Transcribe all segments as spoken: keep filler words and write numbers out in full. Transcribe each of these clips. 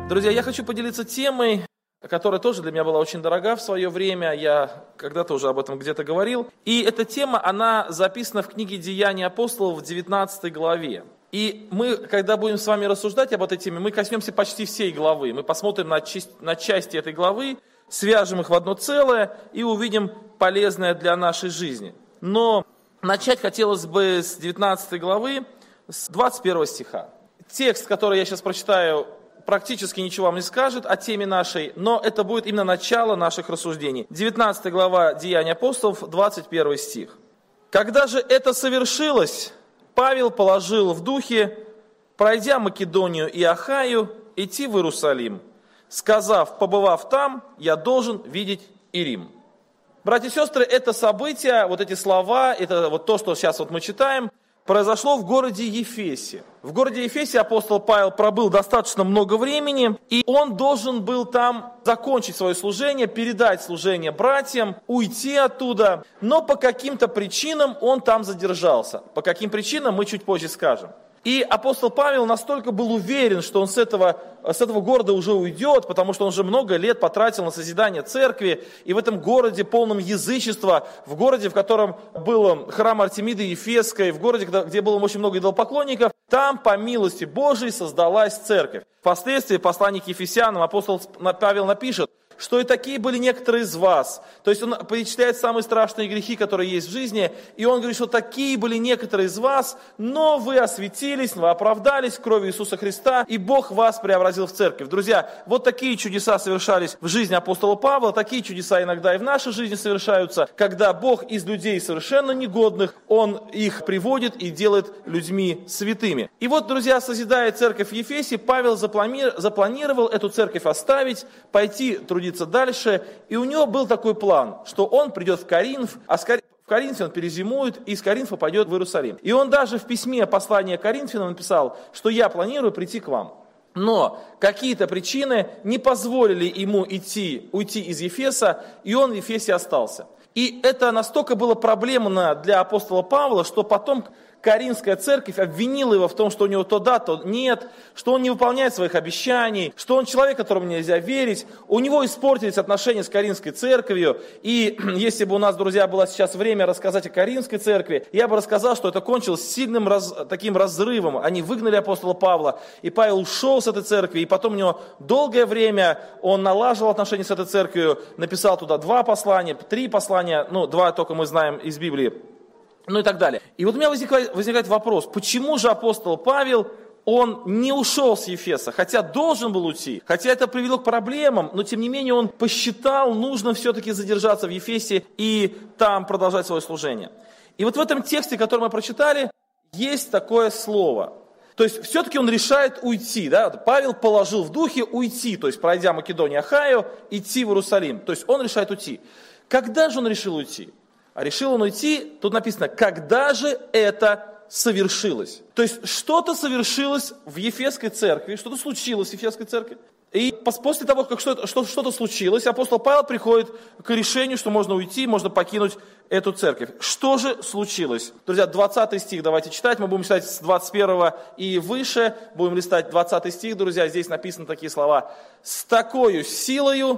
Друзья, я хочу поделиться темой, которая тоже для меня была очень дорога в свое время. Я когда-то уже об этом где-то говорил. И эта тема, она записана в книге «Деяния апостолов» в девятнадцатой главе. И мы, когда будем с вами рассуждать об этой теме, мы коснемся почти всей главы. Мы посмотрим на, части, на части этой главы, свяжем их в одно целое и увидим полезное для нашей жизни. Но начать хотелось бы с девятнадцатой главы, с двадцать первого стиха. Текст, который я сейчас прочитаю, практически ничего вам не скажет о теме нашей, но это будет именно начало наших рассуждений. девятнадцатая глава Деяний апостолов, двадцать первый стих. «Когда же это совершилось, Павел положил в духе, пройдя Македонию и Ахаю, идти в Иерусалим, сказав, побывав там, я должен видеть и Рим». Братья и сестры, это событие, вот эти слова, это вот то, что сейчас вот мы читаем, произошло в городе Ефесе. В городе Ефесе апостол Павел пробыл достаточно много времени, и он должен был там закончить свое служение, передать служение братьям, уйти оттуда, но по каким-то причинам он там задержался. По каким причинам, мы чуть позже скажем. И апостол Павел настолько был уверен, что он с этого, с этого города уже уйдет, потому что он уже много лет потратил на созидание церкви, и в этом городе полном язычества, в городе, в котором был храм Артемиды Ефесской, в городе, где было очень много идолопоклонников, там, по милости Божией, создалась церковь. Впоследствии послание к Ефесянам апостол Павел напишет, что и такие были некоторые из вас. То есть он перечисляет самые страшные грехи, которые есть в жизни, и он говорит, что такие были некоторые из вас, но вы осветились, вы оправдались кровью Иисуса Христа, и Бог вас преобразил в церковь. Друзья, вот такие чудеса совершались в жизни апостола Павла, такие чудеса иногда и в нашей жизни совершаются, когда Бог из людей совершенно негодных, Он их приводит и делает людьми святыми. И вот, друзья, созидая церковь в Ефесе, Павел запланировал эту церковь оставить, пойти трудиться дальше, и у него был такой план, что он придет в Коринф, а в Коринфе он перезимует, и из Коринфа пойдет в Иерусалим. И он даже в письме послания Коринфянам написал, что я планирую прийти к вам. Но какие-то причины не позволили ему идти, уйти из Ефеса, и он в Ефесе остался. И это настолько было проблемно для апостола Павла, что потом Коринфская церковь обвинила его в том, что у него то да, то нет, что он не выполняет своих обещаний, что он человек, которому нельзя верить. У него испортились отношения с Коринфской церковью. И если бы у нас, друзья, было сейчас время рассказать о Коринфской церкви, я бы рассказал, что это кончилось сильным раз, таким разрывом. Они выгнали апостола Павла, и Павел ушел с этой церкви, и потом у него долгое время он налаживал отношения с этой церковью, написал туда два послания, три послания, ну, два только мы знаем из Библии. Ну и так далее. И вот у меня возникает, возникает вопрос, почему же апостол Павел, он не ушел с Ефеса, хотя должен был уйти, хотя это привело к проблемам, но тем не менее он посчитал нужно все-таки задержаться в Ефесе и там продолжать свое служение. И вот в этом тексте, который мы прочитали, есть такое слово. То есть все-таки он решает уйти, да? Павел положил в духе уйти, то есть пройдя Македонию, Ахаю, идти в Иерусалим. То есть он решает уйти. Когда же он решил уйти? А решил он уйти, тут написано, когда же это совершилось. То есть что-то совершилось в Ефесской церкви, что-то случилось в Ефесской церкви. И после того, как что-то, что-то случилось, апостол Павел приходит к решению, что можно уйти, можно покинуть эту церковь. Что же случилось? Друзья, двадцатый стих давайте читать, мы будем читать с двадцать первого и выше, будем листать двадцатый стих, друзья, здесь написаны такие слова. «С такою силою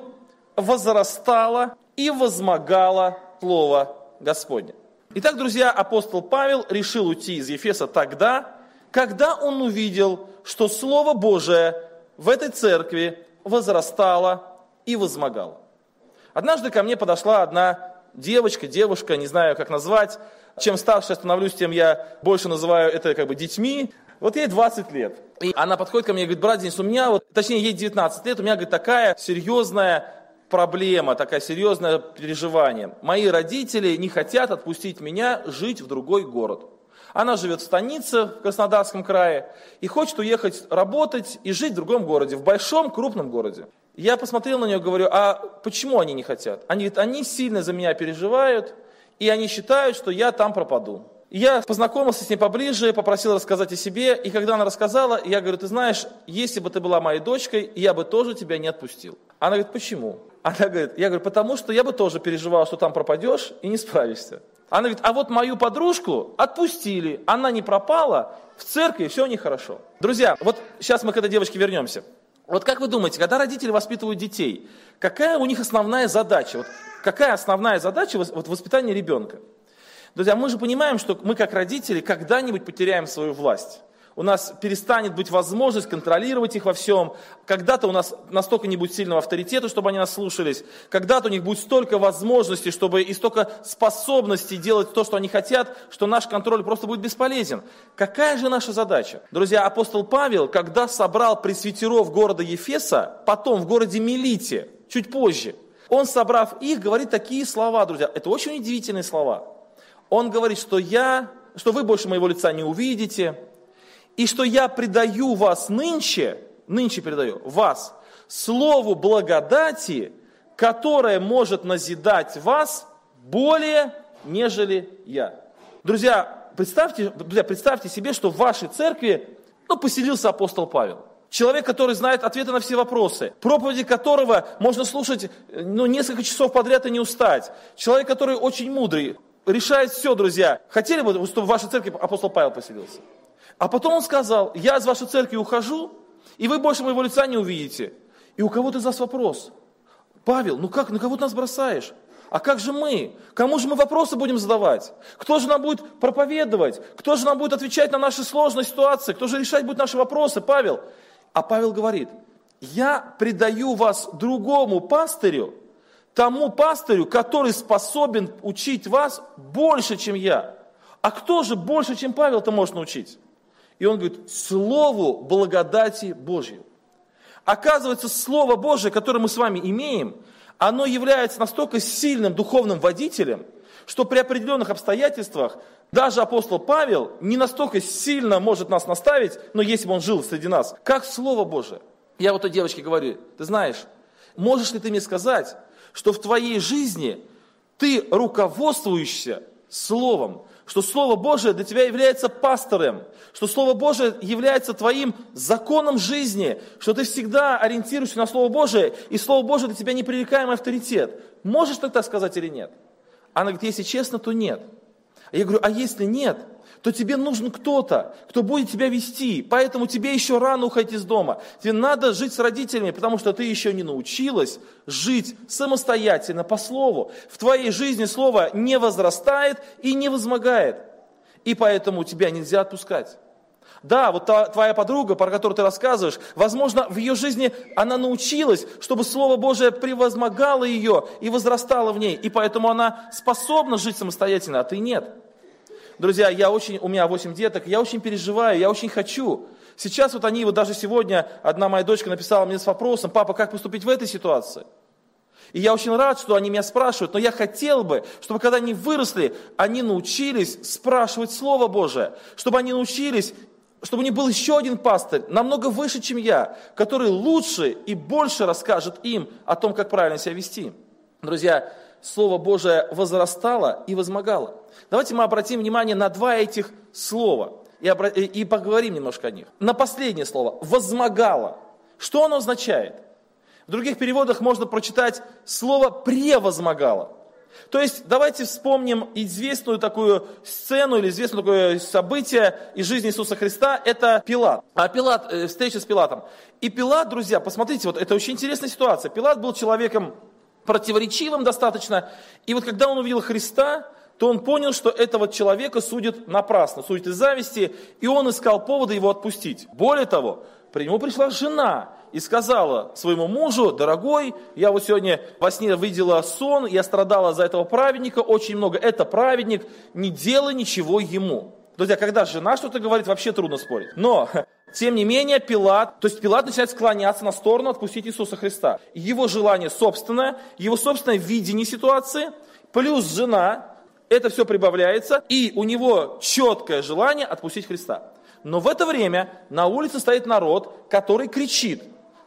возрастало и возмогало слово Господне». Итак, друзья, апостол Павел решил уйти из Ефеса тогда, когда он увидел, что Слово Божие в этой церкви возрастало и возмогало. Однажды ко мне подошла одна девочка, девушка, не знаю, как назвать. Чем старше я становлюсь, тем я больше называю это как бы детьми. Вот ей двадцать лет. И она подходит ко мне и говорит, брат Денис, у меня, вот, точнее, ей девятнадцать лет, у меня, говорит, такая серьезная проблема, такое серьезное переживание. Мои родители не хотят отпустить меня жить в другой город. Она живет в станице в Краснодарском крае и хочет уехать работать и жить в другом городе, в большом, крупном городе. Я посмотрел на нее и говорю, а почему они не хотят? Они говорят, они сильно за меня переживают, и они считают, что я там пропаду. Я познакомился с ней поближе, попросил рассказать о себе, и когда она рассказала, я говорю, ты знаешь, если бы ты была моей дочкой, я бы тоже тебя не отпустил. Она говорит, почему? Она говорит, я говорю, потому что я бы тоже переживал, что там пропадешь и не справишься. Она говорит, а вот мою подружку отпустили, она не пропала, в церкви все нехорошо. Друзья, вот сейчас мы к этой девочке вернемся. Вот как вы думаете, когда родители воспитывают детей, какая у них основная задача? Вот какая основная задача вот, воспитания ребенка? Друзья, мы же понимаем, что мы как родители когда-нибудь потеряем свою власть. У нас перестанет быть возможность контролировать их во всем. Когда-то у нас настолько не будет сильного авторитета, чтобы они нас слушались. Когда-то у них будет столько возможностей, чтобы и столько способностей делать то, что они хотят, что наш контроль просто будет бесполезен. Какая же наша задача? Друзья, апостол Павел, когда собрал пресвитеров города Ефеса, потом в городе Милите, чуть позже, он, собрав их, говорит такие слова, друзья. Это очень удивительные слова. Он говорит, что я, что вы больше моего лица не увидите, и что я предаю вас нынче, нынче предаю вас, слову благодати, которое может назидать вас более, нежели я. Друзья, представьте, друзья, представьте себе, что в вашей церкви ну, поселился апостол Павел. Человек, который знает ответы на все вопросы, проповеди которого можно слушать ну, несколько часов подряд и не устать. Человек, который очень мудрый, решает все, друзья. Хотели бы, чтобы в вашей церкви апостол Павел поселился? А потом он сказал, я из вашей церкви ухожу, и вы больше моего лица не увидите. И у кого-то из вас вопрос. Павел, ну как, на кого ты нас бросаешь? А как же мы? Кому же мы вопросы будем задавать? Кто же нам будет проповедовать? Кто же нам будет отвечать на наши сложные ситуации? Кто же решать будет наши вопросы? Павел. А Павел говорит, я предаю вас другому пастырю, тому пастырю, который способен учить вас больше, чем я. А кто же больше, чем Павел-то может научить? И он говорит, слову благодати Божьей. Оказывается, Слово Божие, которое мы с вами имеем, оно является настолько сильным духовным водителем, что при определенных обстоятельствах даже апостол Павел не настолько сильно может нас наставить, но если бы он жил среди нас, как Слово Божие. Я вот той девочке говорю, ты знаешь, можешь ли ты мне сказать, что в твоей жизни ты руководствуешься Словом, что Слово Божие для тебя является пастором, что Слово Божие является твоим законом жизни, что ты всегда ориентируешься на Слово Божие, и Слово Божие для тебя непререкаемый авторитет. Можешь ты так сказать или нет? Она говорит, если честно, то нет. Я говорю, а если нет, то тебе нужен кто-то, кто будет тебя вести, поэтому тебе еще рано уходить из дома. Тебе надо жить с родителями, потому что ты еще не научилась жить самостоятельно по Слову. В твоей жизни Слово не возрастает и не возмогает, и поэтому тебя нельзя отпускать. Да, вот та, твоя подруга, про которую ты рассказываешь, возможно, в ее жизни она научилась, чтобы Слово Божие превозмогало ее и возрастало в ней, и поэтому она способна жить самостоятельно, а ты нет. Друзья, я очень, у меня восемь деток, я очень переживаю, я очень хочу. Сейчас вот они, вот даже сегодня одна моя дочка написала мне с вопросом, папа, как поступить в этой ситуации? И я очень рад, что они меня спрашивают, но я хотел бы, чтобы когда они выросли, они научились спрашивать Слово Божие, чтобы они научились, чтобы у них был еще один пастырь, намного выше, чем я, который лучше и больше расскажет им о том, как правильно себя вести. Друзья, Слово Божие возрастало и возмогало. Давайте мы обратим внимание на два этих слова и, обра... и поговорим немножко о них. На последнее слово «возмогало». Что оно означает? В других переводах можно прочитать слово «превозмогало». То есть давайте вспомним известную такую сцену или известное такое событие из жизни Иисуса Христа. Это Пилат. А Пилат, встреча с Пилатом. И Пилат, друзья, посмотрите, вот это очень интересная ситуация. Пилат был человеком противоречивым достаточно. И вот когда он увидел Христа, то он понял, что этого человека судят напрасно, судят из зависти, и он искал повода его отпустить. Более того, при нему пришла жена и сказала своему мужу, дорогой, я вот сегодня во сне видела сон, я страдала за этого праведника очень много, это праведник, не делай ничего ему. Друзья, когда жена что-то говорит, вообще трудно спорить. Но, тем не менее, Пилат, то есть Пилат начинает склоняться на сторону отпустить Иисуса Христа. Его желание собственное, его собственное видение ситуации, плюс жена, это все прибавляется, и у него четкое желание отпустить Христа. Но в это время на улице стоит народ, который кричит,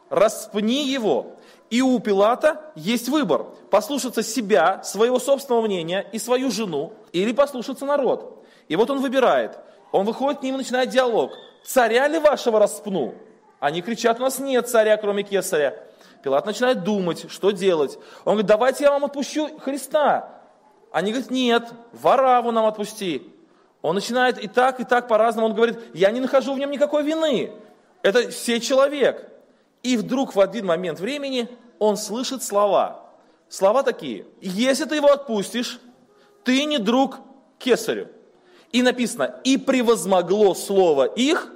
распни его. И у Пилата есть выбор, послушаться себя, своего собственного мнения и свою жену, или послушаться народ. И вот он выбирает, он выходит к ним и начинает диалог. Царя ли вашего распну? Они кричат, у нас нет царя, кроме Кесаря. Пилат начинает думать, что делать. Он говорит, давайте я вам отпущу Христа. Они говорят, нет, Варавву нам отпусти. Он начинает и так, и так по-разному. Он говорит, я не нахожу в нем никакой вины. Это все человек. И вдруг в один момент времени он слышит слова. Слова такие: если ты его отпустишь, ты не друг кесарю. И написано: и превозмогло слово их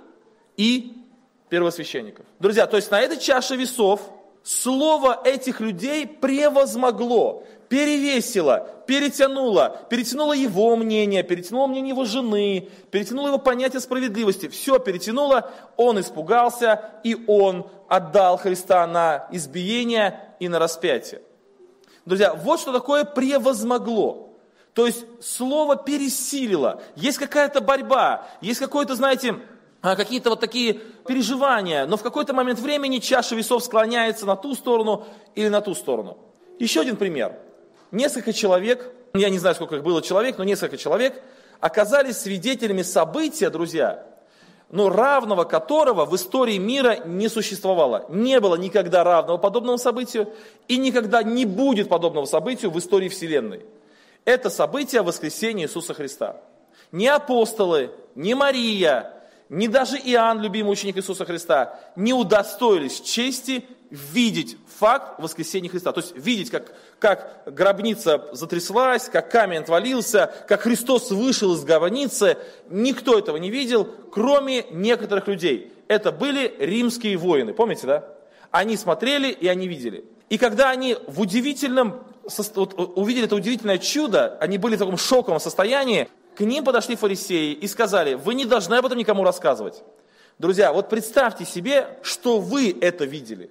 и первосвященников. Друзья, то есть на этой чаше весов слово этих людей превозмогло, перевесило, перетянуло, перетянуло его мнение, перетянуло мнение его жены, перетянуло его понятие справедливости. Все перетянуло, он испугался, и он отдал Христа на избиение и на распятие. Друзья, вот что такое превозмогло. То есть слово пересилило, есть какая-то борьба, есть какое-то, знаете, какие-то вот такие переживания, но в какой-то момент времени чаша весов склоняется на ту сторону или на ту сторону. Еще один пример. Несколько человек, я не знаю, сколько их было человек, но несколько человек оказались свидетелями события, друзья, но равного которого в истории мира не существовало. Не было никогда равного подобному событию, и никогда не будет подобного событию в истории Вселенной. Это событие воскресения Иисуса Христа. Ни апостолы, ни Мария, ни даже Иоанн, любимый ученик Иисуса Христа, не удостоились чести видеть факт воскресения Христа. То есть видеть, как, как гробница затряслась, как камень отвалился, как Христос вышел из гробницы. Никто этого не видел, кроме некоторых людей. Это были римские воины, помните, да? Они смотрели и они видели. И когда они в удивительном, увидели это удивительное чудо, они были в таком шоковом состоянии, к ним подошли фарисеи и сказали: вы не должны об этом никому рассказывать. Друзья, вот представьте себе, что вы это видели.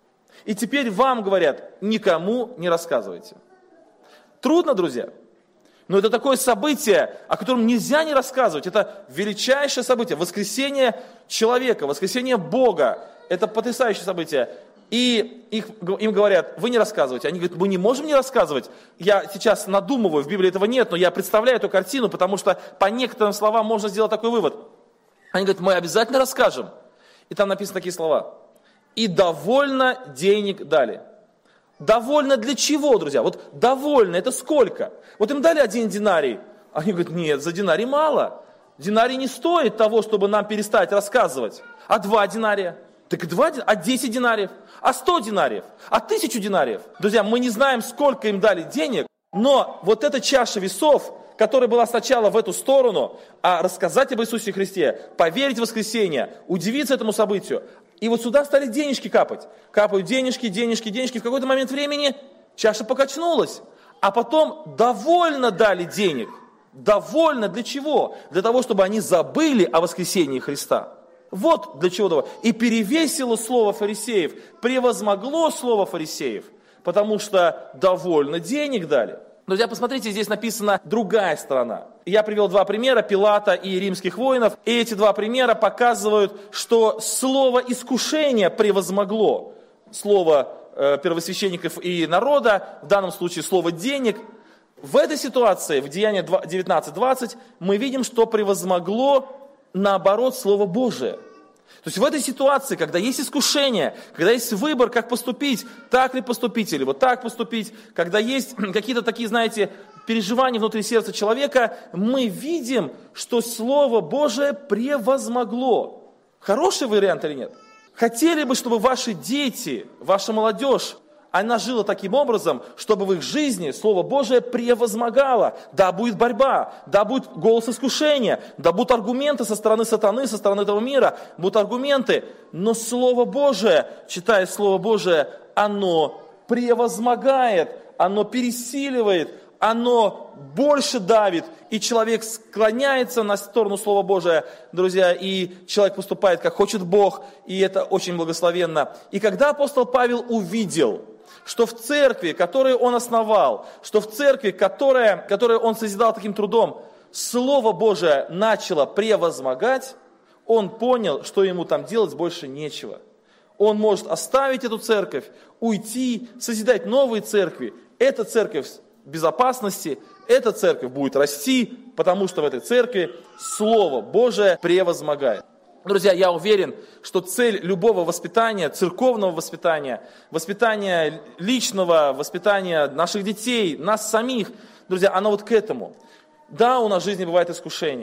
И теперь вам говорят: никому не рассказывайте. Трудно, друзья, но это такое событие, о котором нельзя не рассказывать. Это величайшее событие, воскресение человека, воскресение Бога. Это потрясающее событие. И их, им говорят: вы не рассказывайте. Они говорят: мы не можем не рассказывать. Я сейчас надумываю, в Библии этого нет, но я представляю эту картину, потому что по некоторым словам можно сделать такой вывод. Они говорят: мы обязательно расскажем. И там написаны такие слова: и довольно денег дали. Довольно для чего, друзья? Вот довольно, это сколько? Вот им дали один динарий. Они говорят: нет, за динарий мало. Динарий не стоит того, чтобы нам перестать рассказывать. А два динария? Так два, а десять динариев, а сто динариев, а тысячу динариев. Друзья, мы не знаем, сколько им дали денег, но вот эта чаша весов, которая была сначала в эту сторону, а рассказать об Иисусе Христе, поверить в воскресение, удивиться этому событию, и вот сюда стали денежки капать. Капают денежки, денежки, денежки. В какой-то момент времени чаша покачнулась, а потом довольно дали денег. Довольно для чего? Для того, чтобы они забыли о воскресении Христа. Вот для чего. И перевесило слово фарисеев, превозмогло слово фарисеев, потому что довольно денег дали. Друзья, посмотрите, здесь написана другая сторона. Я привел два примера, Пилата и римских воинов. И эти два примера показывают, что слово искушения превозмогло слово э, первосвященников и народа, в данном случае слово денег. В этой ситуации, в Деянии девятнадцать двадцать, мы видим, что превозмогло наоборот слово Божие. То есть в этой ситуации, когда есть искушение, когда есть выбор, как поступить, так ли поступить или вот так поступить, когда есть какие-то такие, знаете, переживания внутри сердца человека, мы видим, что Слово Божие превозмогло. Хороший вариант или нет? Хотели бы, чтобы ваши дети, ваша молодежь, она жила таким образом, чтобы в их жизни Слово Божие превозмогало. Да, будет борьба, да, будет голос искушения, да, будут аргументы со стороны сатаны, со стороны этого мира, будут аргументы. Но Слово Божие, читая Слово Божие, оно превозмогает, оно пересиливает, оно больше давит, и человек склоняется на сторону Слова Божия, друзья, и человек поступает, как хочет Бог, и это очень благословенно. И когда апостол Павел увидел, что в церкви, которую он основал, что в церкви, которая, которую он созидал таким трудом, Слово Божие начало превозмогать, он понял, что ему там делать больше нечего. Он может оставить эту церковь, уйти, созидать новые церкви. Эта церковь в безопасности, эта церковь будет расти, потому что в этой церкви Слово Божие превозмогает. Друзья, я уверен, что цель любого воспитания, церковного воспитания, воспитания личного, воспитания наших детей, нас самих, друзья, оно вот к этому. Да, у нас в жизни бывает искушение.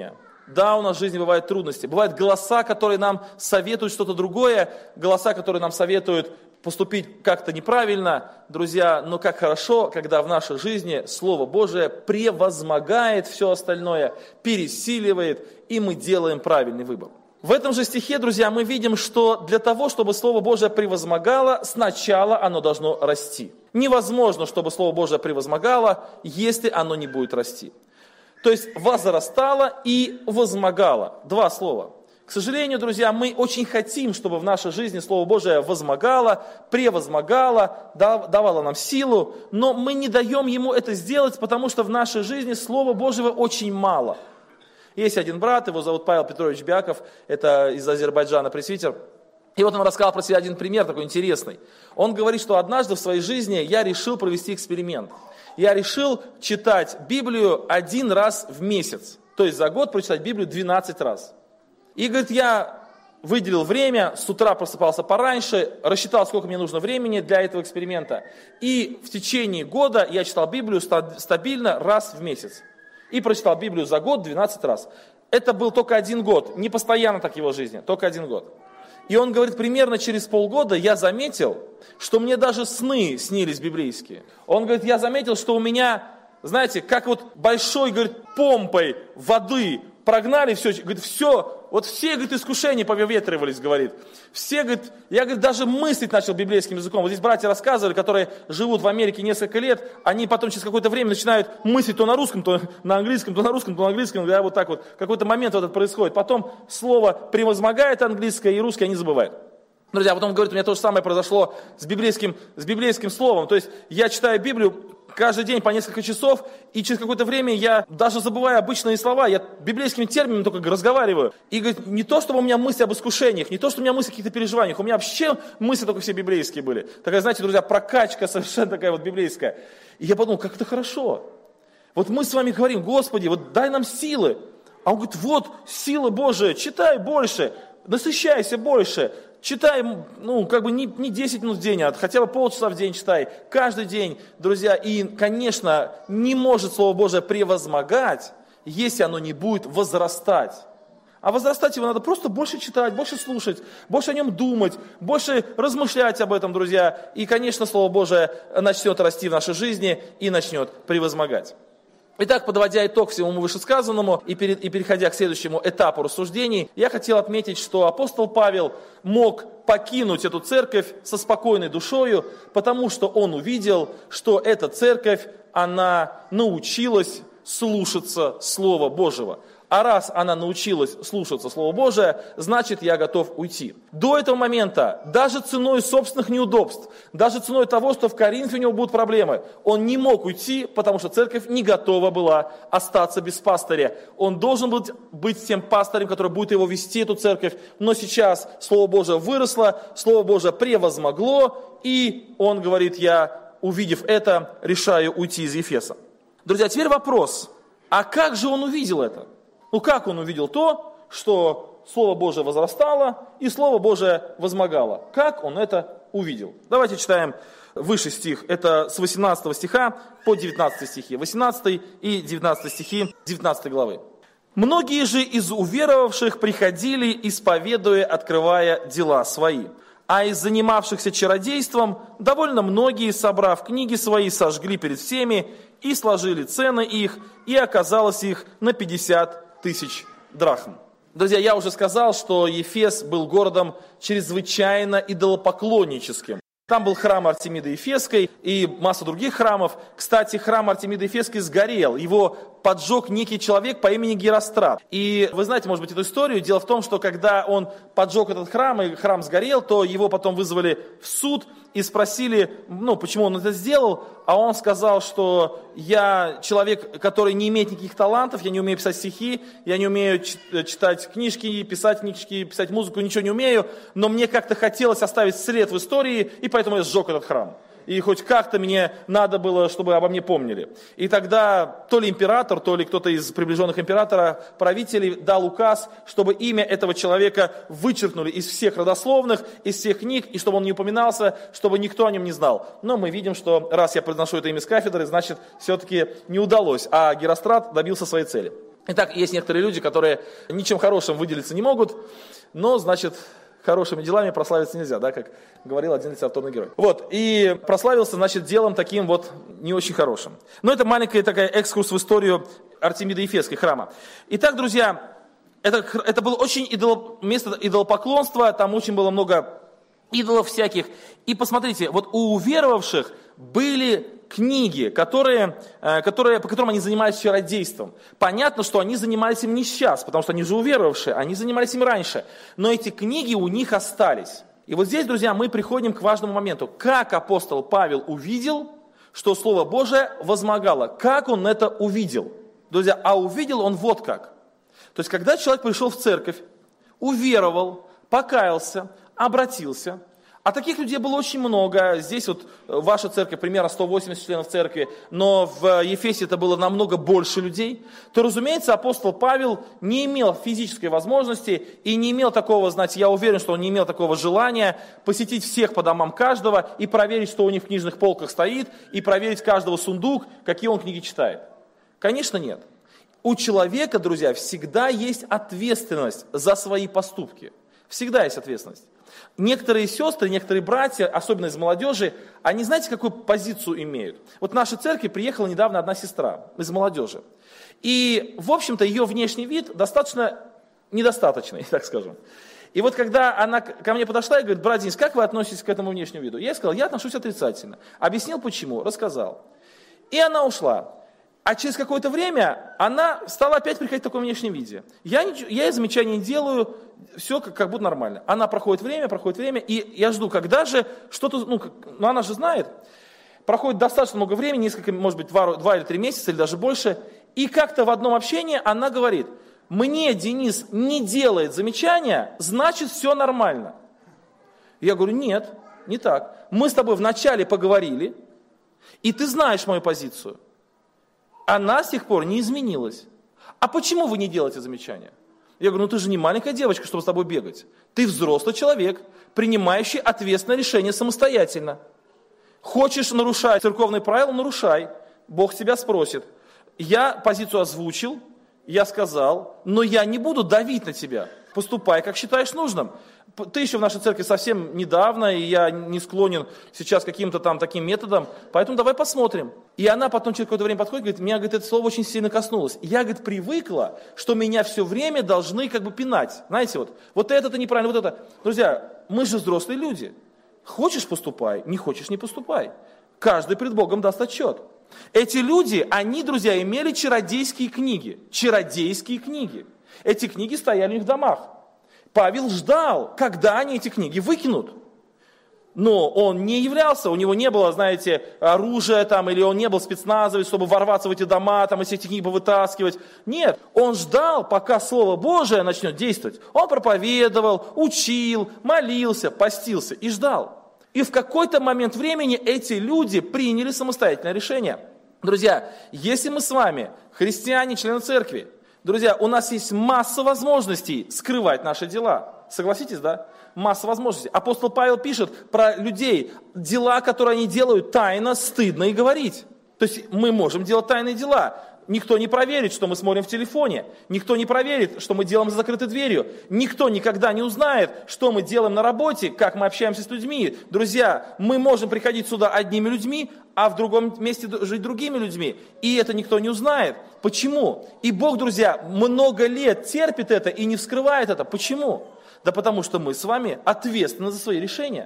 Да, у нас в жизни бывают трудности. Бывают голоса, которые нам советуют что-то другое, голоса, которые нам советуют поступить как-то неправильно. Друзья, но как хорошо, когда в нашей жизни Слово Божие превозмогает все остальное, пересиливает, и мы делаем правильный выбор. В этом же стихе, друзья, мы видим, что для того, чтобы Слово Божие превозмогало, сначала оно должно расти. Невозможно, чтобы Слово Божие превозмогало, если оно не будет расти. То есть возрастало и возмогало. Два слова. К сожалению, друзья, мы очень хотим, чтобы в нашей жизни Слово Божие возмогало, превозмогало, давало нам силу, но мы не даем ему это сделать, потому что в нашей жизни Слова Божьего очень мало. Есть один брат, его зовут Павел Петрович Бяков, это из Азербайджана пресвитер. И вот он рассказал про себя один пример такой интересный. Он говорит, что однажды в своей жизни я решил провести эксперимент. Я решил читать Библию один раз в месяц. То есть за год прочитать Библию двенадцать раз. И говорит, я выделил время, с утра просыпался пораньше, рассчитал, сколько мне нужно времени для этого эксперимента. И в течение года я читал Библию стабильно раз в месяц. И прочитал Библию за год двенадцать раз. Это был только один год, не постоянно так в его жизни, только один год. И он говорит, примерно через полгода я заметил, что мне даже сны снились библейские. Он говорит, я заметил, что у меня, знаете, как вот большой, говорит, помпой воды прогнали все, говорит, все, вот все, говорит, искушения поветривались, говорит. Все, говорит, я, говорит, даже мыслить начал библейским языком. Вот здесь братья рассказывали, которые живут в Америке несколько лет, они потом через какое-то время начинают мыслить то на русском, то на английском, то на русском, то на английском, да, вот так вот. Какой-то момент вот этот происходит. Потом слово превозмогает английское и русское, они забывают. Друзья, потом говорит, у меня то же самое произошло с библейским, с библейским словом. То есть я читаю Библию каждый день по несколько часов, и через какое-то время я даже забываю обычные слова, я библейскими терминами только разговариваю. И говорит, не то, чтобы у меня мысли об искушениях, не то, что у меня мысли о каких-то переживаниях, у меня вообще мысли только все библейские были. Такая, знаете, друзья, прокачка совершенно такая вот библейская. И я подумал, как это хорошо. Вот мы с вами говорим, Господи, вот дай нам силы. А он говорит, вот сила Божия, читай больше, насыщайся больше. Читай, ну, как бы не, не десять минут в день, а хотя бы полчаса в день читай, каждый день, друзья. И, конечно, не может Слово Божие превозмогать, если оно не будет возрастать. А возрастать его надо просто больше читать, больше слушать, больше о нем думать, больше размышлять об этом, друзья. И, конечно, Слово Божие начнет расти в нашей жизни и начнет превозмогать. Итак, подводя итог всему вышесказанному и, перед, и переходя к следующему этапу рассуждений, я хотел отметить, что апостол Павел мог покинуть эту церковь со спокойной душою, потому что он увидел, что эта церковь, она научилась слушаться Слова Божьего. А раз она научилась слушаться Слово Божие, значит, я готов уйти. До этого момента, даже ценой собственных неудобств, даже ценой того, что в Коринфе у него будут проблемы, он не мог уйти, потому что церковь не готова была остаться без пастыря. Он должен был быть тем пастырем, который будет его вести, эту церковь. Но сейчас Слово Божие выросло, Слово Божие превозмогло, и он говорит, я, увидев это, решаю уйти из Ефеса. Друзья, теперь вопрос, а как же он увидел это? Ну как он увидел то, что Слово Божие возрастало и Слово Божие возмогало? Как он это увидел? Давайте читаем выше стих. Это с восемнадцатого стиха по девятнадцатый стихи. восемнадцатый и девятнадцатый стихи девятнадцатой главы. «Многие же из уверовавших приходили, исповедуя, открывая дела свои. А из занимавшихся чародейством довольно многие, собрав книги свои, сожгли перед всеми и сложили цены их, и оказалось их на пятьдесят тысяч драхм». Друзья, я уже сказал, что Ефес был городом чрезвычайно идолопоклонническим. Там был храм Артемиды Ефесской и масса других храмов. Кстати, храм Артемиды Ефесской сгорел. Его поджег некий человек по имени Герострат. И вы знаете, может быть, эту историю. Дело в том, что когда он поджег этот храм, и храм сгорел, то его потом вызвали в суд и спросили, ну, почему он это сделал. А он сказал, что я человек, который не имеет никаких талантов, я не умею писать стихи, я не умею читать книжки, писать книжки, писать музыку, ничего не умею, но мне как-то хотелось оставить след в истории, и поэтому я сжег этот храм. И хоть как-то мне надо было, чтобы обо мне помнили. И тогда то ли император, то ли кто-то из приближенных императора, правителей, дал указ, чтобы имя этого человека вычеркнули из всех родословных, из всех книг, и чтобы он не упоминался, чтобы никто о нем не знал. Но мы видим, что раз я произношу это имя с кафедры, значит, все-таки не удалось, а Герострат добился своей цели. Итак, есть некоторые люди, которые ничем хорошим выделиться не могут, но, значит, хорошими делами прославиться нельзя, да, как говорил один литературный герой. Вот, и прославился, значит, делом таким вот не очень хорошим. Но это маленькая такая экскурс в историю Артемида Ефесской храма. Итак, друзья, это, это было очень идол, место идолопоклонства, там очень было много идолов всяких. И посмотрите, вот у уверовавших были книги, которые, которые, по которым они занимались чародейством. Понятно, что они занимались им не сейчас, потому что они же уверовавшие, они занимались им раньше. Но эти книги у них остались. И вот здесь, друзья, мы приходим к важному моменту. Как апостол Павел увидел, что Слово Божие возмогало? Как он это увидел? Друзья, а увидел он вот как. То есть, когда человек пришел в церковь, уверовал, покаялся, обратился, а таких людей было очень много. Здесь вот ваша церковь, примерно сто восемьдесят членов церкви, но в Ефесе это было намного больше людей. То, разумеется, апостол Павел не имел физической возможности и не имел такого, знаете, я уверен, что он не имел такого желания посетить всех по домам каждого и проверить, что у них в книжных полках стоит, и проверить каждого сундук, какие он книги читает. Конечно, нет. У человека, друзья, всегда есть ответственность за свои поступки. Всегда есть ответственность. Некоторые сестры, некоторые братья, особенно из молодежи, они знаете, какую позицию имеют? Вот в нашей церкви приехала недавно одна сестра из молодежи. И, в общем-то, ее внешний вид достаточно недостаточный, так скажем. И вот когда она ко мне подошла и говорит: брат Денис, как вы относитесь к этому внешнему виду? Я сказал: я отношусь отрицательно. Объяснил почему, рассказал. И она ушла. А через какое-то время она стала опять приходить в таком внешнем виде. Я, ничего, я ей замечаний не делаю, все как, как будто нормально. Она проходит время, проходит время, и я жду, когда же что-то, ну, как, ну она же знает, проходит достаточно много времени, несколько, может быть, два, два или три месяца, или даже больше, и как-то в одном общении она говорит: мне Денис не делает замечания, значит все нормально. Я говорю: нет, не так. Мы с тобой вначале поговорили, и ты знаешь мою позицию. Она с тех пор не изменилась. А почему вы не делаете замечания? Я говорю: ну ты же не маленькая девочка, чтобы с тобой бегать. Ты взрослый человек, принимающий ответственное решение самостоятельно. Хочешь нарушать церковные правила, нарушай. Бог тебя спросит. Я позицию озвучил, я сказал, но я не буду давить на тебя. Поступай, как считаешь нужным. Ты еще в нашей церкви совсем недавно, и я не склонен сейчас к каким-то там таким методам, поэтому давай посмотрим. И она потом через какое-то время подходит и говорит: меня, говорит, это слово очень сильно коснулось. Я, говорит, привыкла, что меня все время должны как бы пинать. Знаете, вот, вот это-то неправильно, вот это. Друзья, мы же взрослые люди. Хочешь — поступай, не хочешь — не поступай. Каждый пред Богом даст отчет. Эти люди, они, друзья, имели чародейские книги. Чародейские книги. Эти книги стояли у них в домах. Павел ждал, когда они эти книги выкинут. Но он не являлся, у него не было, знаете, оружия там, или он не был спецназовец, чтобы ворваться в эти дома, там, и все эти книги повытаскивать. Нет, он ждал, пока Слово Божие начнет действовать. Он проповедовал, учил, молился, постился и ждал. И в какой-то момент времени эти люди приняли самостоятельное решение. Друзья, если мы с вами, христиане, члены церкви, друзья, у нас есть масса возможностей скрывать наши дела. Согласитесь, да? Масса возможностей. Апостол Павел пишет про людей, дела, которые они делают тайно, стыдно и говорить. То есть мы можем делать тайные дела. Никто не проверит, что мы смотрим в телефоне. Никто не проверит, что мы делаем за закрытой дверью. Никто никогда не узнает, что мы делаем на работе, как мы общаемся с людьми. Друзья, мы можем приходить сюда одними людьми, а в другом месте жить другими людьми. И это никто не узнает. Почему? И Бог, друзья, много лет терпит это и не вскрывает это. Почему? Да потому что мы с вами ответственны за свои решения.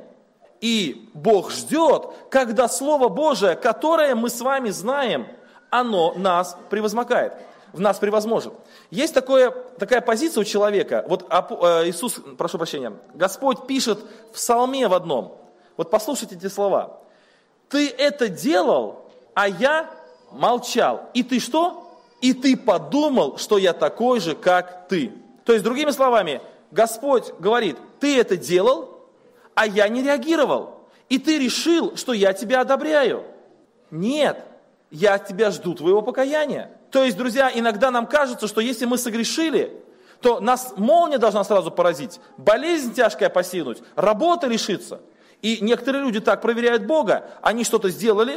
И Бог ждет, когда Слово Божие, которое мы с вами знаем, оно нас превозмогает, в нас превозможет. Есть такое, такая позиция у человека, вот Иисус, прошу прощения, Господь пишет в псалме в одном, вот послушайте эти слова: ты это делал, а я молчал. И ты что? И ты подумал, что я такой же, как ты. То есть, другими словами, Господь говорит: ты это делал, а я не реагировал. И ты решил, что я тебя одобряю. Нет. Я от тебя жду твоего покаяния. То есть, друзья, иногда нам кажется, что если мы согрешили, то нас молния должна сразу поразить, болезнь тяжкая постигнуть, работа лишиться. И некоторые люди так проверяют Бога. Они что-то сделали,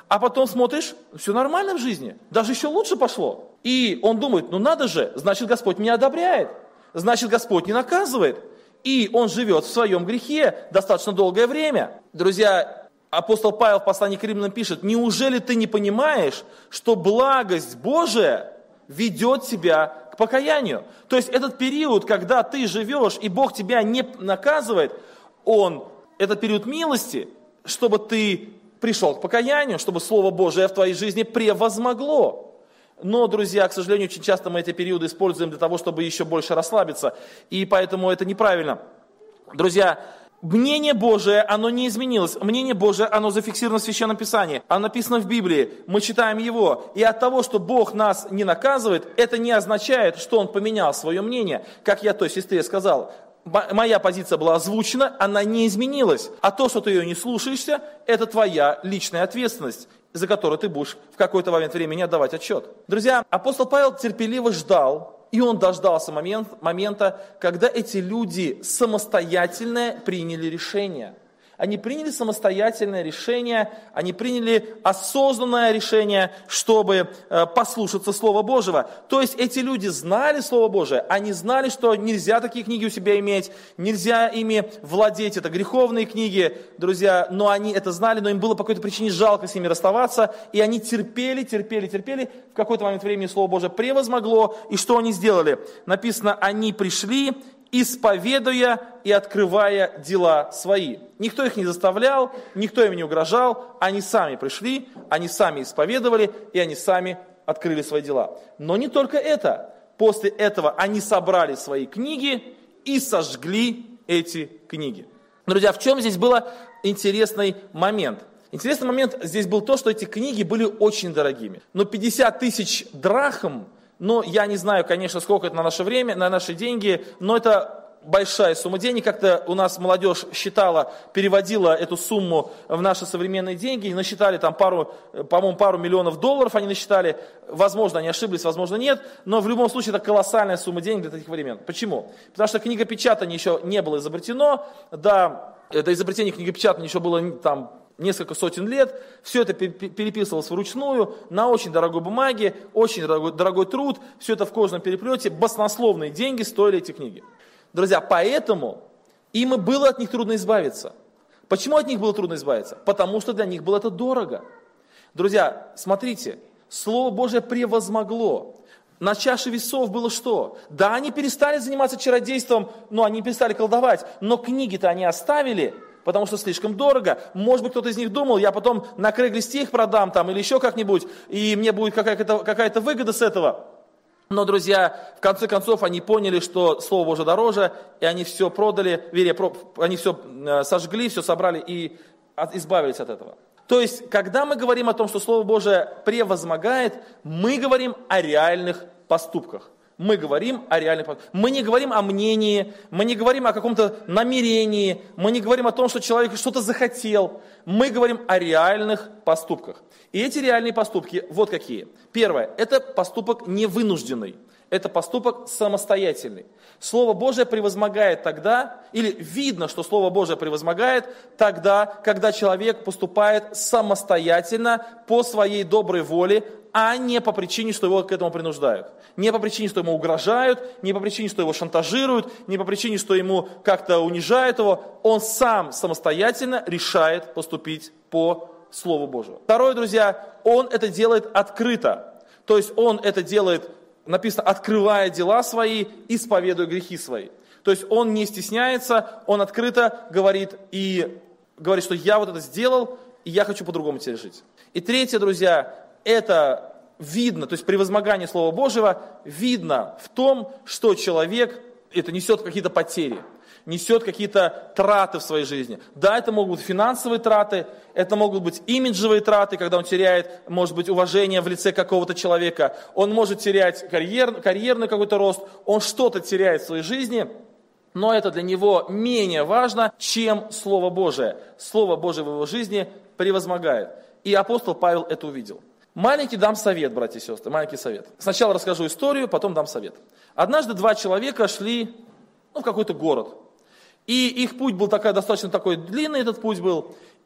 А потом смотришь, все нормально в жизни, даже еще лучше пошло. И он думает, ну надо же, значит Господь меня одобряет, значит Господь не наказывает. И он живет в своем грехе достаточно долгое время. Друзья, апостол Павел в послании к Римлянам пишет, неужели ты не понимаешь, что благость Божия ведет тебя к покаянию? То есть этот период, когда ты живешь и Бог тебя не наказывает, он, этот период милости, чтобы ты пришел к покаянию, чтобы Слово Божие в твоей жизни превозмогло. Но, друзья, к сожалению, очень часто мы эти периоды используем для того, чтобы еще больше расслабиться, и поэтому это неправильно. Друзья, мнение Божие, оно не изменилось. Мнение Божие, оно зафиксировано в Священном Писании, оно написано в Библии, мы читаем его. И от того, что Бог нас не наказывает, это не означает, что Он поменял свое мнение. Как я той сестре сказал, моя позиция была озвучена, она не изменилась. А то, что ты ее не слушаешься, это твоя личная ответственность, за которую ты будешь в какой-то момент времени отдавать отчет. Друзья, апостол Павел терпеливо ждал, и он дождался момент, момента, когда эти люди самостоятельно приняли решение. Они приняли самостоятельное решение, они приняли осознанное решение, чтобы э, послушаться Слова Божьего. То есть эти люди знали Слово Божие, они знали, что нельзя такие книги у себя иметь, нельзя ими владеть, это греховные книги, друзья, но они это знали, но им было по какой-то причине жалко с ними расставаться, и они терпели, терпели, терпели, в какой-то момент времени Слово Божие превозмогло, и что они сделали? Написано, они пришли, исповедуя и открывая дела свои. Никто их не заставлял, никто им не угрожал, они сами пришли, они сами исповедовали, и они сами открыли свои дела. Но не только это. После этого они собрали свои книги и сожгли эти книги. Друзья, в чем здесь был интересный момент? Интересный момент здесь был то, что эти книги были очень дорогими. Но пятьдесят тысяч драхм, ну, я не знаю, конечно, сколько это на наше время, на наши деньги, но это большая сумма денег. Как-то у нас молодежь считала, переводила эту сумму в наши современные деньги, и насчитали там пару, по-моему, пару миллионов долларов они насчитали. Возможно, они ошиблись, возможно, нет, но в любом случае это колоссальная сумма денег для таких времен. Почему? Потому что книгопечатание еще не было изобретено, да, это изобретение книгопечатания еще было там несколько сотен лет, все это переписывалось вручную, на очень дорогой бумаге, очень дорогой, дорогой труд, все это в кожаном переплете, баснословные деньги стоили эти книги. Друзья, поэтому им и было от них трудно избавиться. Почему от них было трудно избавиться? Потому что для них было это дорого. Друзья, смотрите, Слово Божие превозмогло. На чаше весов было что? Да, они перестали заниматься чародейством, но они перестали колдовать, но книги-то они оставили, потому что слишком дорого. Может быть, кто-то из них думал, я потом на Craigslist их продам там или еще как-нибудь, и мне будет какая-то, какая-то выгода с этого. Но, друзья, в конце концов, они поняли, что Слово Божие дороже, и они все продали, вернее, они все сожгли, все собрали и избавились от этого. То есть, когда мы говорим о том, что Слово Божие превозмогает, мы говорим о реальных поступках. Мы говорим о реальных поступках. Мы не говорим о мнении, мы не говорим о каком-то намерении, мы не говорим о том, что человек что-то захотел. Мы говорим о реальных поступках. И эти реальные поступки вот какие. Первое, это поступок невынужденный. Это поступок самостоятельный. Слово Божие превозмогает тогда, или видно, что Слово Божие превозмогает тогда, когда человек поступает самостоятельно по своей доброй воле, а не по причине, что его к этому принуждают. Не по причине, что ему угрожают, не по причине, что его шантажируют, не по причине, что ему как-то унижают его. Он сам самостоятельно решает поступить по Слову Божию. Второе, друзья, он это делает открыто. То есть он это делает, написано, открывая дела свои, исповедуя грехи свои. То есть он не стесняется, он открыто говорит и говорит, что я вот это сделал, и я хочу по-другому теперь жить. И третье, друзья, это видно, то есть превозмогание Слова Божьего видно в том, что человек это несет какие-то потери, несет какие-то траты в своей жизни. Да, это могут быть финансовые траты, это могут быть имиджевые траты, когда он теряет, может быть, уважение в лице какого-то человека, он может терять карьер, карьерный какой-то рост, он что-то теряет в своей жизни, но это для него менее важно, чем Слово Божие. Слово Божие в его жизни превозмогает. И апостол Павел это увидел. Маленький дам совет, братья и сестры, маленький совет. Сначала расскажу историю, потом дам совет. Однажды два человека шли ну, в какой-то город. И их путь был такой, достаточно такой длинный, этот путь был.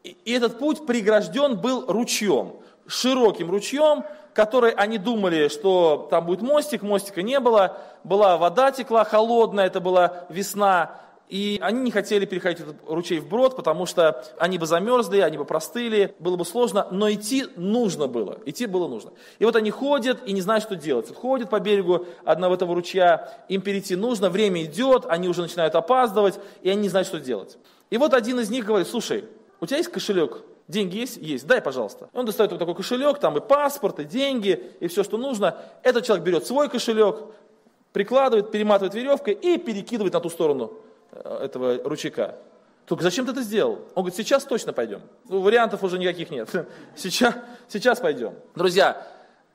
И этот путь прегражден был ручьем, широким ручьем, который они думали, что там будет мостик, мостика не было, была вода текла холодная, это была весна, и они не хотели переходить этот ручей вброд, потому что они бы замерзли, они бы простыли, было бы сложно, но идти нужно было, идти было нужно. И вот они ходят и не знают, что делать. Ходят по берегу одного этого ручья, им перейти нужно, время идет, они уже начинают опаздывать, и они не знают, что делать. И вот один из них говорит: слушай, у тебя есть кошелек? Деньги есть? Есть. Дай, пожалуйста. Он достает вот такой кошелек, там и паспорт, и деньги, и все, что нужно. Этот человек берет свой кошелек, прикладывает, перематывает веревкой и перекидывает на ту сторону этого ручейка. Только зачем ты это сделал? Он говорит: сейчас точно пойдем. Ну, вариантов уже никаких нет. Сейчас, сейчас пойдем. Друзья,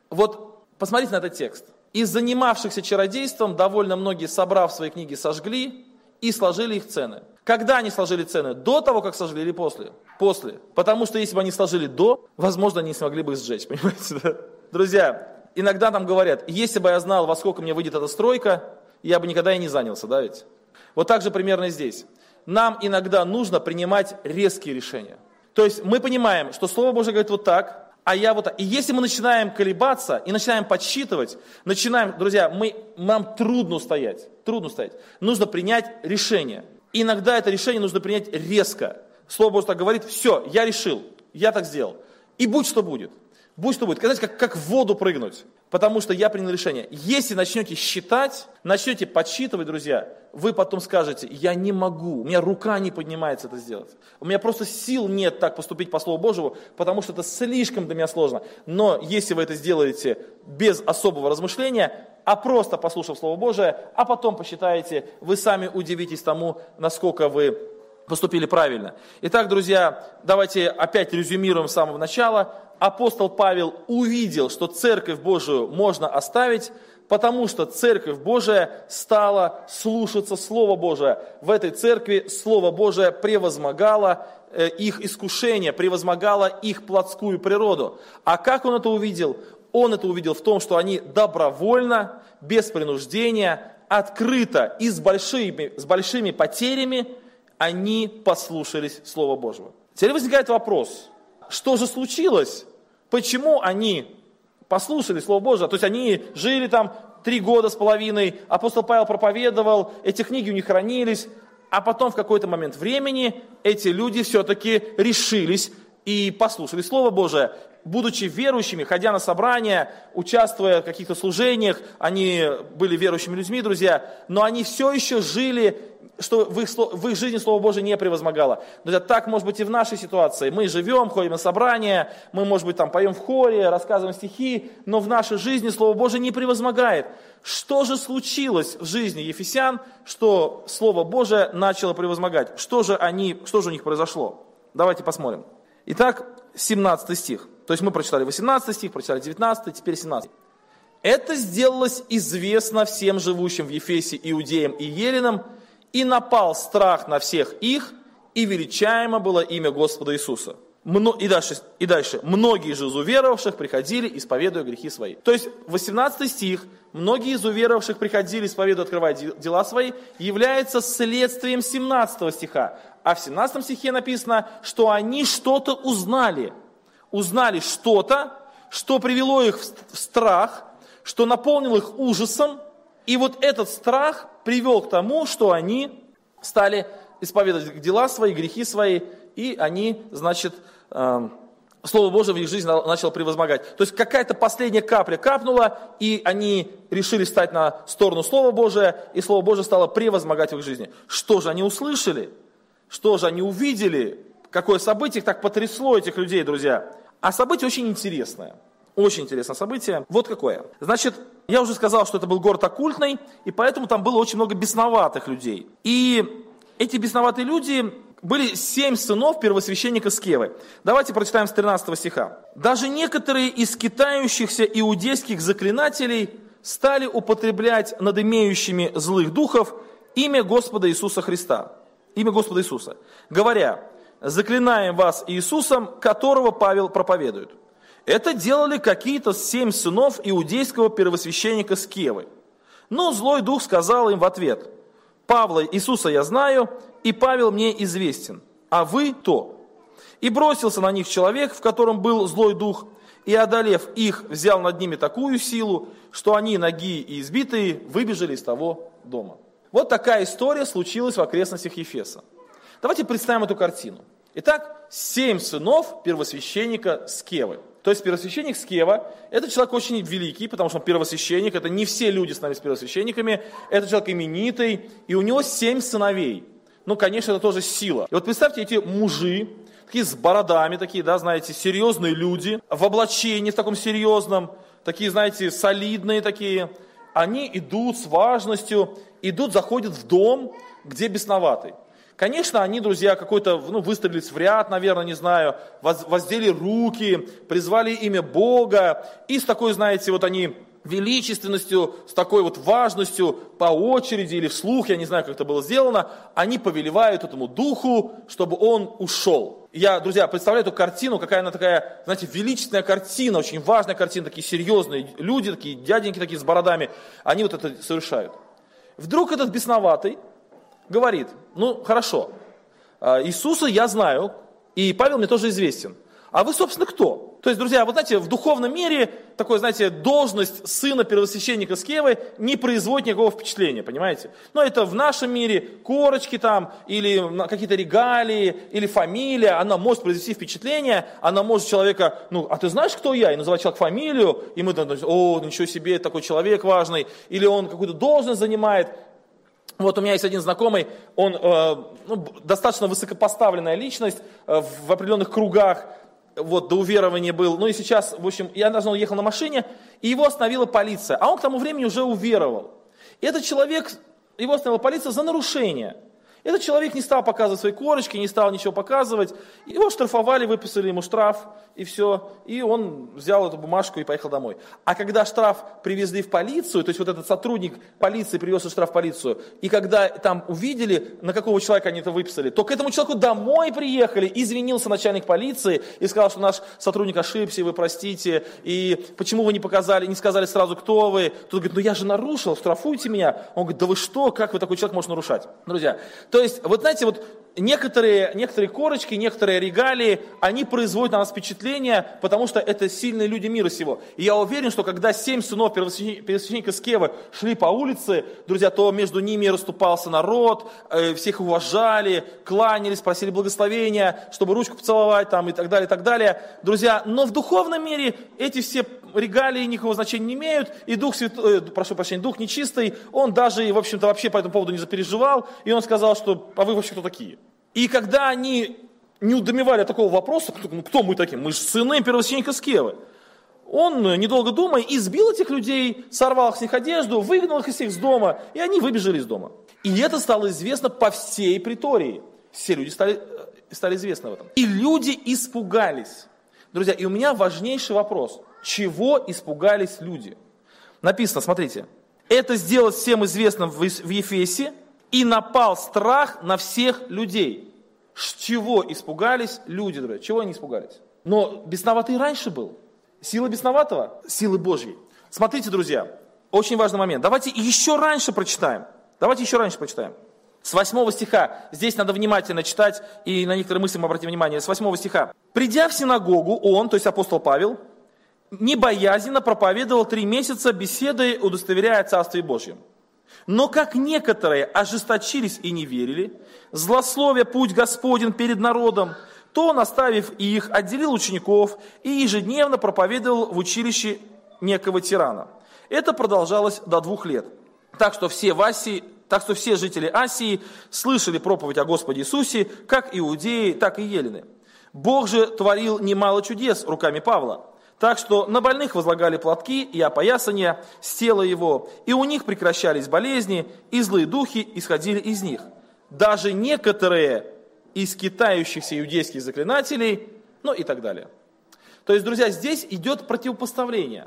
вот посмотрите на этот текст. Из занимавшихся чародейством довольно многие, собрав свои книги, сожгли и сложили их цены. Когда они сложили цены? До того, как сожгли, или после? После. Потому что если бы они сложили до, возможно, они не смогли бы их сжечь. Понимаете, да? Друзья, иногда нам говорят: если бы я знал, во сколько мне выйдет эта стройка, я бы никогда и не занялся, да ведь? Вот так же примерно и здесь. Нам иногда нужно принимать резкие решения. То есть мы понимаем, что Слово Божие говорит вот так, а я вот так. И если мы начинаем колебаться и начинаем подсчитывать, начинаем, друзья, мы, нам трудно устоять, трудно устоять. Нужно принять решение. Иногда это решение нужно принять резко. Слово Божие так говорит: все, я решил, я так сделал. И будь что будет. Будь что будет. Знаете, как, как в воду прыгнуть. Потому что я принял решение. Если начнете считать, начнете подсчитывать, друзья, вы потом скажете: я не могу, у меня рука не поднимается это сделать. У меня просто сил нет так поступить по Слову Божьему, потому что это слишком для меня сложно. Но если вы это сделаете без особого размышления, а просто послушав Слово Божие, а потом посчитаете, вы сами удивитесь тому, насколько вы поступили правильно. Итак, друзья, давайте опять резюмируем с самого начала. Апостол Павел увидел, что Церковь Божию можно оставить, потому что Церковь Божия стала слушаться Слова Божия. В этой церкви Слово Божие превозмогало их искушение, превозмогало их плотскую природу. А как он это увидел? Он это увидел в том, что они добровольно, без принуждения, открыто и с большими, с большими потерями они послушались Слова Божьего. Теперь возникает вопрос: что же случилось? Почему они послушали Слово Божие? То есть они жили там три года с половиной, апостол Павел проповедовал, эти книги у них хранились, а потом в какой-то момент времени эти люди все-таки решились и послушали Слово Божие. Будучи верующими, ходя на собрания, участвуя в каких-то служениях, они были верующими людьми, друзья, но они все еще жили, что в их, в их жизни Слово Божие не превозмогало. Друзья, так может быть и в нашей ситуации. Мы живем, ходим на собрания, мы, может быть, там поем в хоре, рассказываем стихи, но в нашей жизни Слово Божие не превозмогает. Что же случилось в жизни ефесян, что Слово Божие начало превозмогать? Что же, они, что же у них произошло? Давайте посмотрим. Итак, семнадцатый стих. То есть мы прочитали восемнадцатый стих, прочитали девятнадцатый, теперь семнадцатый. «Это сделалось известно всем живущим в Ефесе, иудеям и еленам, и напал страх на всех их, и величаемо было имя Господа Иисуса». И дальше, и дальше. «Многие же из уверовавших приходили, исповедуя грехи свои». То есть восемнадцатый стих, многие из уверовавших приходили, исповедуя, открывая дела свои, является следствием семнадцатого стиха. А в семнадцатом стихе написано, что они что-то узнали. Узнали что-то, что привело их в страх, что наполнило их ужасом. И вот этот страх привел к тому, что они стали исповедовать дела свои, грехи свои, и они, значит, э, Слово Божие в их жизни начало превозмогать. То есть какая-то последняя капля капнула, и они решили стать на сторону Слова Божия, и Слово Божие стало превозмогать в их жизни. Что же они услышали? Что же они увидели? Какое событие их так потрясло, этих людей, друзья? А событие очень интересное. Очень интересное событие. Вот какое. Значит, я уже сказал, что это был город оккультный, и поэтому там было очень много бесноватых людей. И эти бесноватые люди были семь сынов первосвященника Скевы. Давайте прочитаем с тринадцатого стиха. «Даже некоторые из скитающихся иудейских заклинателей стали употреблять над имеющими злых духов имя Господа Иисуса Христа». Имя Господа Иисуса. Говоря: «Заклинаем вас Иисусом, которого Павел проповедует». Это делали какие-то семь сынов иудейского первосвященника Скевы. Но злой дух сказал им в ответ: «Павла Иисуса я знаю, и Павел мне известен, а вы кто?» И бросился на них человек, в котором был злой дух, и, одолев их, взял над ними такую силу, что они, ноги и избитые, выбежали из того дома. Вот такая история случилась в окрестностях Ефеса. Давайте представим эту картину. Итак, семь сынов первосвященника Скевы. То есть первосвященник Скева – это человек очень великий, потому что он первосвященник, это не все люди становились первосвященниками, это человек именитый, и у него семь сыновей. Ну, конечно, это тоже сила. И вот представьте, эти мужи, такие с бородами, такие, да, знаете, серьезные люди, в облачении в таком серьезном, такие, знаете, солидные такие, они идут с важностью, идут, заходят в дом, где бесноватый. Конечно, они, друзья, какой-то, ну, выстроились в ряд, наверное, не знаю, воздели руки, призвали имя Бога, и с такой, знаете, вот они величественностью, с такой вот важностью по очереди или вслух, я не знаю, как это было сделано, они повелевают этому духу, чтобы он ушел. Я, друзья, представляю эту картину, какая она такая, знаете, величественная картина, очень важная картина, такие серьезные люди, такие дяденьки такие с бородами, они вот это совершают. Вдруг этот бесноватый говорит, ну, хорошо, Иисуса я знаю, и Павел мне тоже известен. А вы, собственно, кто? То есть, друзья, вот знаете, в духовном мире такой, знаете, должность сына первосвященника Скевы не производит никакого впечатления, понимаете? Но это в нашем мире корочки там, или какие-то регалии, или фамилия, она может произвести впечатление, она может человека, ну, а ты знаешь, кто я? И называть человек фамилию, и мы, о, ничего себе, такой человек важный, или он какую-то должность занимает. Вот у меня есть один знакомый, он э, ну, достаточно высокопоставленная личность э, в определенных кругах, вот, до уверования был. Ну и сейчас, в общем, я даже ехал на машине, и его остановила полиция. А он к тому времени уже уверовал. И этот человек, его остановила полиция за нарушение. Этот человек не стал показывать свои корочки, не стал ничего показывать. Его штрафовали, выписали ему штраф, и все. И он взял эту бумажку и поехал домой. А когда штраф привезли в полицию, то есть вот этот сотрудник полиции привез этот штраф в полицию, и когда там увидели, на какого человека они это выписали, то к этому человеку домой приехали, извинился начальник полиции и сказал, что наш сотрудник ошибся, вы простите, и почему вы не показали, не сказали сразу, кто вы. Тот говорит, ну я же нарушил, штрафуйте меня. Он говорит, да вы что, как вы такой человек может нарушать? Друзья, то есть, вот знаете, вот некоторые, некоторые корочки, некоторые регалии, они производят на нас впечатление, потому что это сильные люди мира сего. И я уверен, что когда семь сынов первосвященника Скевы шли по улице, друзья, то между ними расступался народ, всех уважали, кланялись, просили благословения, чтобы ручку поцеловать там, и так далее, и так далее. Друзья, но в духовном мире эти все регалии никакого значения не имеют, и Дух Святой, э, прошу прощения, Дух нечистый, он даже, в общем-то, вообще по этому поводу не запереживал, и он сказал, что, а вы вообще кто такие? И когда они не удомевали такого вопроса, кто, ну, кто мы такие? Мы же сыны первосвященника Скевы. Он, недолго думая, избил этих людей, сорвал с них одежду, выгнал их из их с дома, и они выбежали из дома. И это стало известно по всей притории. Все люди стали, стали известны в этом. И люди испугались. Друзья, и у меня важнейший вопрос. Чего испугались люди? Написано, смотрите. Это сделалось всем известным в Ефесе, и напал страх на всех людей. Чего испугались люди, друзья? Чего они испугались? Но бесноватый раньше был. Сила бесноватого? Силы Божьей. Смотрите, друзья, очень важный момент. Давайте еще раньше прочитаем. Давайте еще раньше прочитаем. С восьмого стиха. Здесь надо внимательно читать, и на некоторые мысли мы обратим внимание. С восьмого стиха. «Придя в синагогу, он, то есть апостол Павел, небоязненно проповедовал три месяца, беседой удостоверяя о Царстве Божьем. Но как некоторые ожесточились и не верили, злословя путь Господень перед народом, то он, оставив их, отделил учеников и ежедневно проповедовал в училище некого тирана. Это продолжалось до двух лет. Так что все в Асии, так что все жители Асии слышали проповедь о Господе Иисусе, как иудеи, так и елены. Бог же творил немало чудес руками Павла. Так что на больных возлагали платки и опоясания с тела его, и у них прекращались болезни, и злые духи исходили из них. Даже некоторые из китающихся иудейских заклинателей, ну и так далее. То есть, друзья, здесь идет противопоставление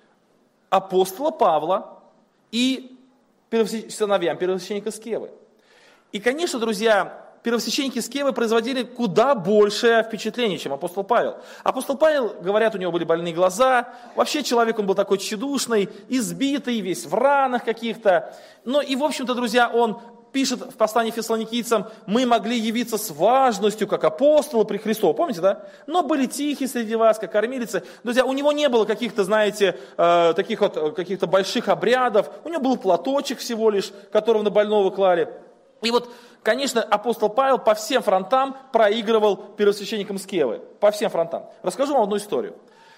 апостола Павла и сыновьям первосвященника Скевы. И, конечно, друзья, первосвященники Скевы производили куда большее впечатление, чем апостол Павел. Апостол Павел, говорят, у него были больные глаза, вообще человек он был такой тщедушный, избитый, весь в ранах каких-то. Ну и, в общем-то, друзья, он пишет в послании фессалоникийцам: мы могли явиться с важностью, как апостолы при Христу. Помните, да? Но были тихие среди вас, как кормилицы. Друзья, у него не было каких-то, знаете, э, таких вот каких-то больших обрядов. У него был платочек всего лишь, которого на больного клали. И вот, конечно, апостол Павел по всем фронтам проигрывал первосвященникам Скевы. По всем фронтам. Расскажу вам одну историю.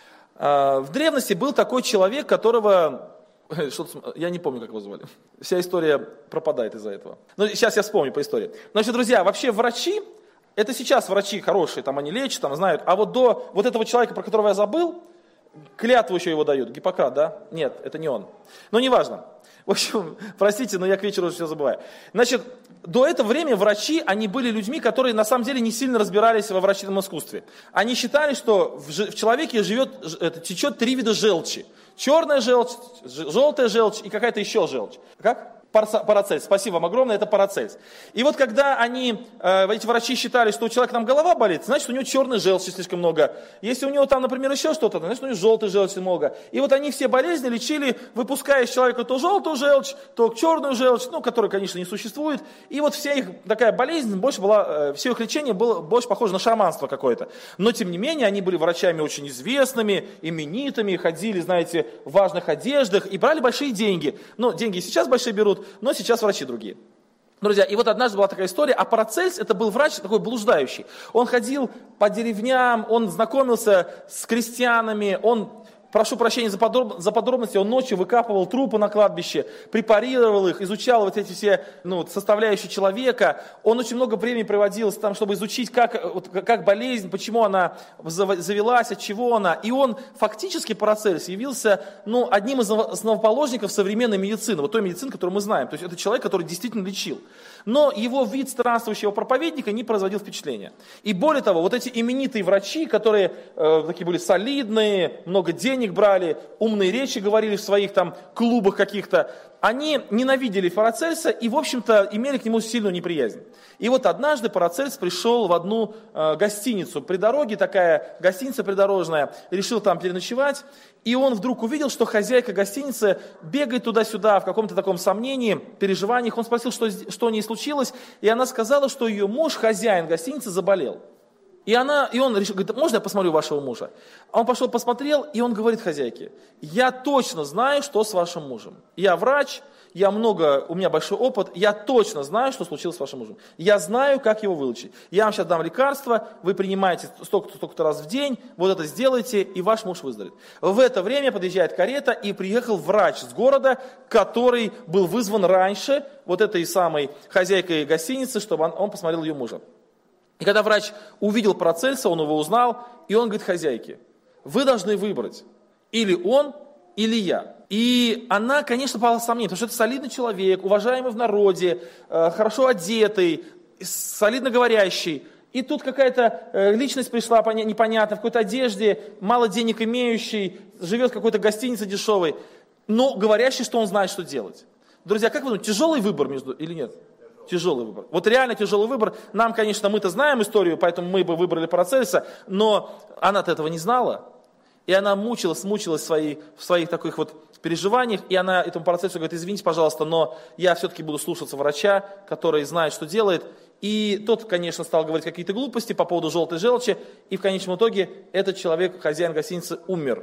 Э, в древности был такой человек, которого... Что-то, я не помню, как его звали. Вся история пропадает из-за этого. Но сейчас я вспомню по истории. Значит, друзья, вообще врачи, это сейчас врачи хорошие, там они лечат, там знают. А вот до вот этого человека, про которого я забыл, клятву еще его дают. Гиппократ, да? Нет, это не он. Но неважно. В общем, простите, но я к вечеру уже все забываю. Значит, до этого времени врачи, они были людьми, которые на самом деле не сильно разбирались во врачебном искусстве. Они считали, что в, в человеке живет, это, течет три вида желчи. Черная желчь, желтая желчь и какая-то еще желчь. Как? Парацельс. Спасибо вам огромное, это парацельс. И вот когда они, э, эти врачи считали, что у человека там голова болит, значит, у него черной желчи слишком много. Если у него там, например, еще что-то, значит, у него желтой желчи много. И вот они все болезни лечили, выпуская из человека то желтую желчь, то черную желчь, ну, которая, конечно, не существует. И вот вся их такая болезнь, больше была, э, все их лечение было больше похоже на шаманство какое-то. Но, тем не менее, они были врачами очень известными, именитыми, ходили, знаете, в важных одеждах и брали большие деньги. Ну, деньги сейчас большие берут, но сейчас врачи другие. Друзья, и вот однажды была такая история, а Парацельс это был врач такой блуждающий. Он ходил по деревням, он знакомился с крестьянами, он, прошу прощения за, подроб, за подробности, он ночью выкапывал трупы на кладбище, препарировал их, изучал вот эти все ну, составляющие человека. Он очень много времени проводил там, чтобы изучить, как, вот, как болезнь, почему она завелась, от чего она. И он фактически, Парацельс, явился ну, одним из основоположников современной медицины, вот той медицины, которую мы знаем. То есть это человек, который действительно лечил. Но его вид странствующего проповедника не производил впечатления. И более того, вот эти именитые врачи, которые э, такие были солидные, много денег брали, умные речи говорили в своих там клубах каких-то, они ненавидели Парацельса и, в общем-то, имели к нему сильную неприязнь. И вот однажды Парацельс пришел в одну э, гостиницу при дороге, такая гостиница придорожная, решил там переночевать, и он вдруг увидел, что хозяйка гостиницы бегает туда-сюда в каком-то таком сомнении, переживаниях. Он спросил, что, что у ней случилось, и она сказала, что ее муж, хозяин гостиницы, заболел. И, она, и он решил, говорит, можно я посмотрю вашего мужа? А он пошел, посмотрел, и он говорит хозяйке, я точно знаю, что с вашим мужем. Я врач, я много, у меня большой опыт, я точно знаю, что случилось с вашим мужем. Я знаю, как его вылечить. Я вам сейчас дам лекарство, вы принимаете столько-то, столько-то раз в день, вот это сделайте, и ваш муж выздоровеет. В это время подъезжает карета, и приехал врач с города, который был вызван раньше вот этой самой хозяйкой гостиницы, чтобы он, он посмотрел ее мужа. И когда врач увидел Парацельса, он его узнал, и он говорит хозяйке, вы должны выбрать, или он, или я. И она, конечно, попала в сомнение, потому что это солидный человек, уважаемый в народе, хорошо одетый, солидно говорящий. И тут какая-то личность пришла непонятная, в какой-то одежде, мало денег имеющий, живет в какой-то гостинице дешевой, но говорящий, что он знает, что делать. Друзья, как вы думаете, тяжелый выбор между или нет? Тяжелый выбор. Вот реально тяжелый выбор. Нам, конечно, мы-то знаем историю, поэтому мы бы выбрали Парацельса, но она-то этого не знала. И она мучилась, мучилась в своих, в своих таких вот переживаниях, и она этому Парацельсу говорит, извините, пожалуйста, но я все-таки буду слушаться врача, который знает, что делает. И тот, конечно, стал говорить какие-то глупости по поводу желтой желчи, и в конечном итоге этот человек, хозяин гостиницы, умер.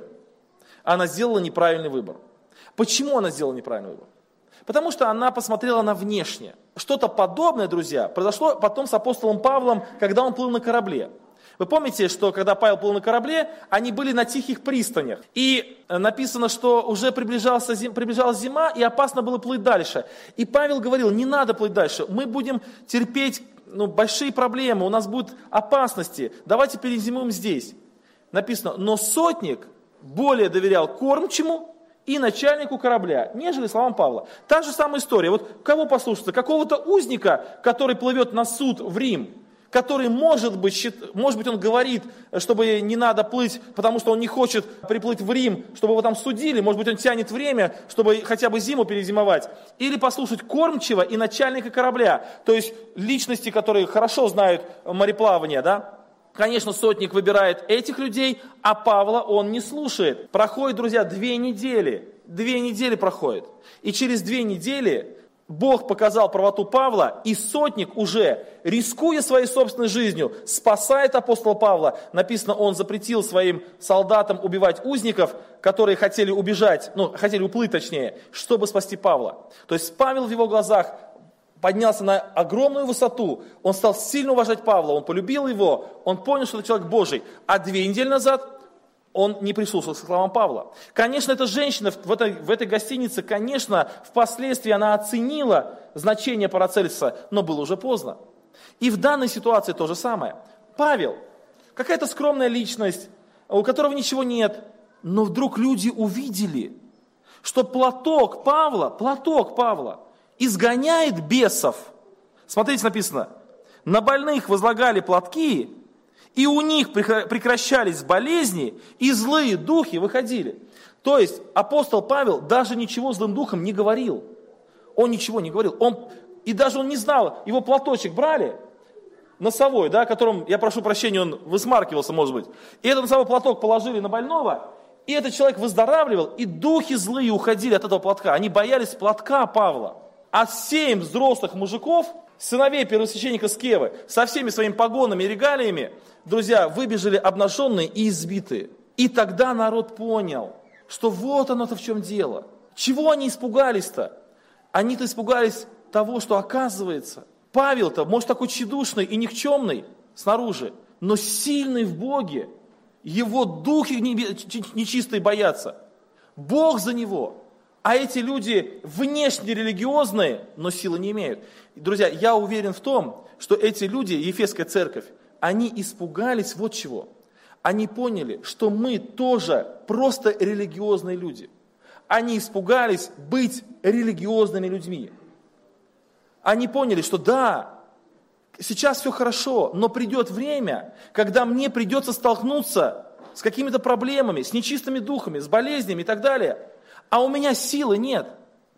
Она сделала неправильный выбор. Почему она сделала неправильный выбор? Потому что она посмотрела на внешнее. Что-то подобное, друзья, произошло потом с апостолом Павлом, когда он плыл на корабле. Вы помните, что когда Павел плыл на корабле, они были на тихих пристанях. И написано, что уже приближался, приближалась зима, и опасно было плыть дальше. И Павел говорил, не надо плыть дальше, мы будем терпеть ну, большие проблемы, у нас будут опасности, давайте перезимуем здесь. Написано, но сотник более доверял кормчему и начальнику корабля, нежели словам Павла. Та же самая история. Вот кого послушаться? Какого-то узника, который плывет на суд в Рим, который, может быть, может быть, он говорит, чтобы не надо плыть, потому что он не хочет приплыть в Рим, чтобы его там судили, может быть, он тянет время, чтобы хотя бы зиму перезимовать. Или послушать кормчего и начальника корабля, то есть личности, которые хорошо знают мореплавание, да? Конечно, сотник выбирает этих людей, а Павла он не слушает. Проходит, друзья, две недели. Две недели проходит. И через две недели Бог показал правоту Павла, и сотник уже, рискуя своей собственной жизнью, спасает апостола Павла. Написано, он запретил своим солдатам убивать узников, которые хотели убежать, ну, хотели уплыть точнее, чтобы спасти Павла. То есть Павел в его глазах поднялся на огромную высоту, он стал сильно уважать Павла, он полюбил его, он понял, что это человек Божий. А две недели назад он не прислушался к словам Павла. Конечно, эта женщина в этой, в этой гостинице, конечно, впоследствии она оценила значение Парацельса, но было уже поздно. И в данной ситуации то же самое. Павел, какая-то скромная личность, у которого ничего нет, но вдруг люди увидели, что платок Павла, платок Павла изгоняет бесов. Смотрите, написано, на больных возлагали платки, и у них прекращались болезни, и злые духи выходили. То есть апостол Павел даже ничего злым духом не говорил. Он ничего не говорил. Он, и даже он не знал, его платочек брали, носовой, да, которым, я прошу прощения, он высмаркивался, может быть. И этот носовой платок положили на больного, и этот человек выздоравливал, и духи злые уходили от этого платка. Они боялись платка Павла. А семь взрослых мужиков, сыновей первосвященника Скевы, со всеми своими погонами и регалиями, друзья, выбежали обнаженные и избитые. И тогда народ понял, что вот оно-то в чем дело. Чего они испугались-то? Они-то испугались того, что оказывается, Павел-то, может, такой тщедушный и никчемный снаружи, но сильный в Боге. Его духи нечистые боятся. Бог за него. А эти люди внешне религиозные, но силы не имеют. Друзья, я уверен в том, что эти люди, Ефесская церковь, они испугались вот чего. Они поняли, что мы тоже просто религиозные люди. Они испугались быть религиозными людьми. Они поняли, что да, сейчас все хорошо, но придет время, когда мне придется столкнуться с какими-то проблемами, с нечистыми духами, с болезнями и так далее. А у меня силы нет.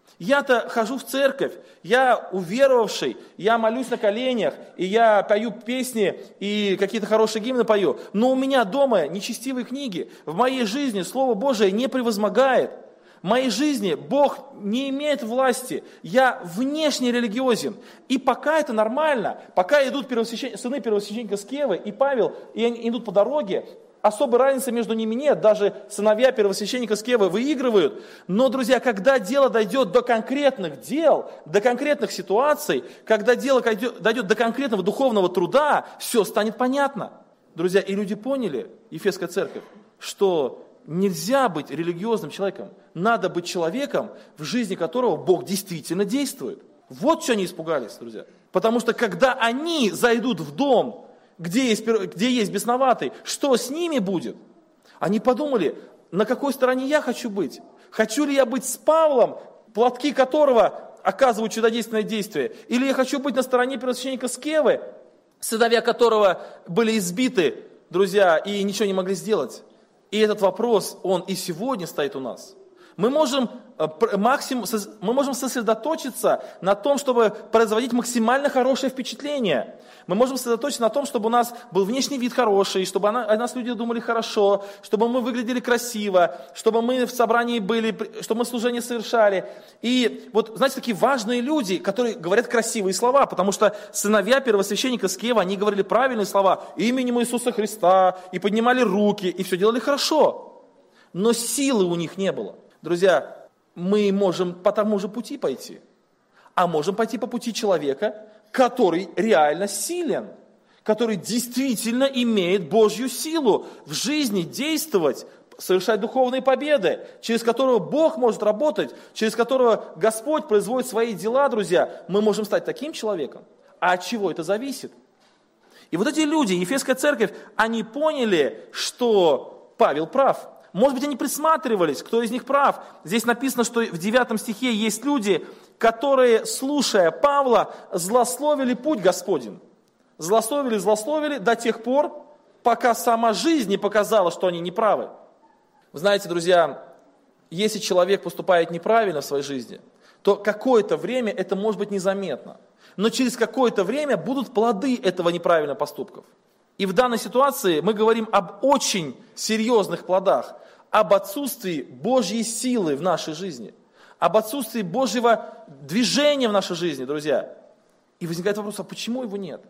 Я-то хожу в церковь, я уверовавший, я молюсь на коленях, и я пою песни, и какие-то хорошие гимны пою. Но у меня дома нечестивые книги. В моей жизни Слово Божие не превозмогает. В моей жизни Бог не имеет власти. Я внешне религиозен. И пока это нормально, пока идут первосвящен... сыны первосвященника Скевы и Павел, и они идут по дороге, особой разницы между ними нет, даже сыновья первосвященника Скевы выигрывают. Но, друзья, когда дело дойдет до конкретных дел, до конкретных ситуаций, когда дело дойдет до конкретного духовного труда, все станет понятно. Друзья, и люди поняли, Ефесская церковь, что нельзя быть религиозным человеком. Надо быть человеком, в жизни которого Бог действительно действует. Вот что они испугались, друзья. Потому что когда они зайдут в дом, Где есть, где есть бесноватый, что с ними будет? Они подумали, на какой стороне я хочу быть? Хочу ли я быть с Павлом, платки которого оказывают чудодейственное действие? Или я хочу быть на стороне первосвященника Скевы, сыновья которого были избиты, друзья, и ничего не могли сделать? И этот вопрос, он и сегодня стоит у нас. Мы можем, максимум, мы можем сосредоточиться на том, чтобы производить максимально хорошее впечатление. Мы можем сосредоточиться на том, чтобы у нас был внешний вид хороший, чтобы о нас люди думали хорошо, чтобы мы выглядели красиво, чтобы мы в собрании были, чтобы мы служение совершали. И вот, знаете, такие важные люди, которые говорят красивые слова, потому что сыновья первосвященника Скева, они говорили правильные слова именем Иисуса Христа, и поднимали руки, и все делали хорошо. Но силы у них не было. Друзья, мы можем по тому же пути пойти, а можем пойти по пути человека, который реально силен, который действительно имеет Божью силу в жизни действовать, совершать духовные победы, через которого Бог может работать, через которого Господь производит свои дела, друзья. Мы можем стать таким человеком. А от чего это зависит? И вот эти люди, Ефесская церковь, они поняли, что Павел прав. Может быть, они присматривались, кто из них прав. Здесь написано, что в девятом стихе есть люди, которые, слушая Павла, злословили путь Господень. Злословили, злословили до тех пор, пока сама жизнь не показала, что они неправы. Вы знаете, друзья, если человек поступает неправильно в своей жизни, то какое-то время это может быть незаметно. Но через какое-то время будут плоды этого неправильных поступков. И в данной ситуации мы говорим об очень серьезных плодах, об отсутствии Божьей силы в нашей жизни, об отсутствии Божьего движения в нашей жизни, друзья. И возникает вопрос, а почему его нет?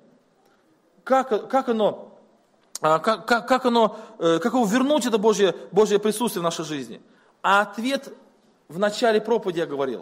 Как, как оно, как, как, как оно, как его вернуть, это Божье, Божье присутствие в нашей жизни? А ответ в начале проповеди я говорил.